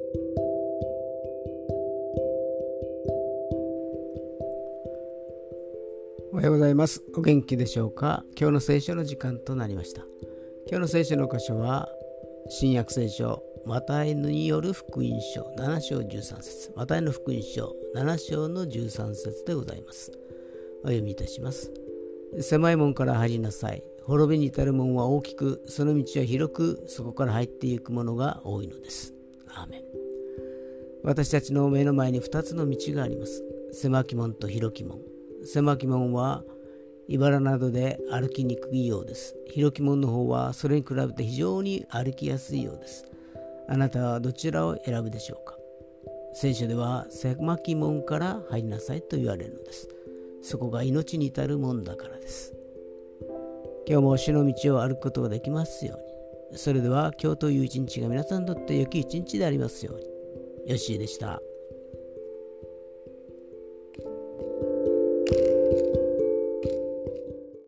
おはようございます。お元気でしょうか。今日の聖書の時間となりました。今日の聖書の箇所は新約聖書マタイによる福音書7章13節、マタイの福音書7章の13節でございます。お読みいたします。狭い門から入りなさい。滅びに至る門は大きく、その道は広く、そこから入っていくものが多いのです。アーメン。私たちの目の前に2つの道があります。狭き門と広き門。狭き門は茨などで歩きにくいようです。広き門の方はそれに比べて非常に歩きやすいようです。あなたはどちらを選ぶでしょうか。聖書では狭き門から入りなさいと言われるのです。そこが命に至る門だからです。今日も主の道を歩くことができますように。それでは今日という一日が皆さんにとって良き一日でありますように。よしでした。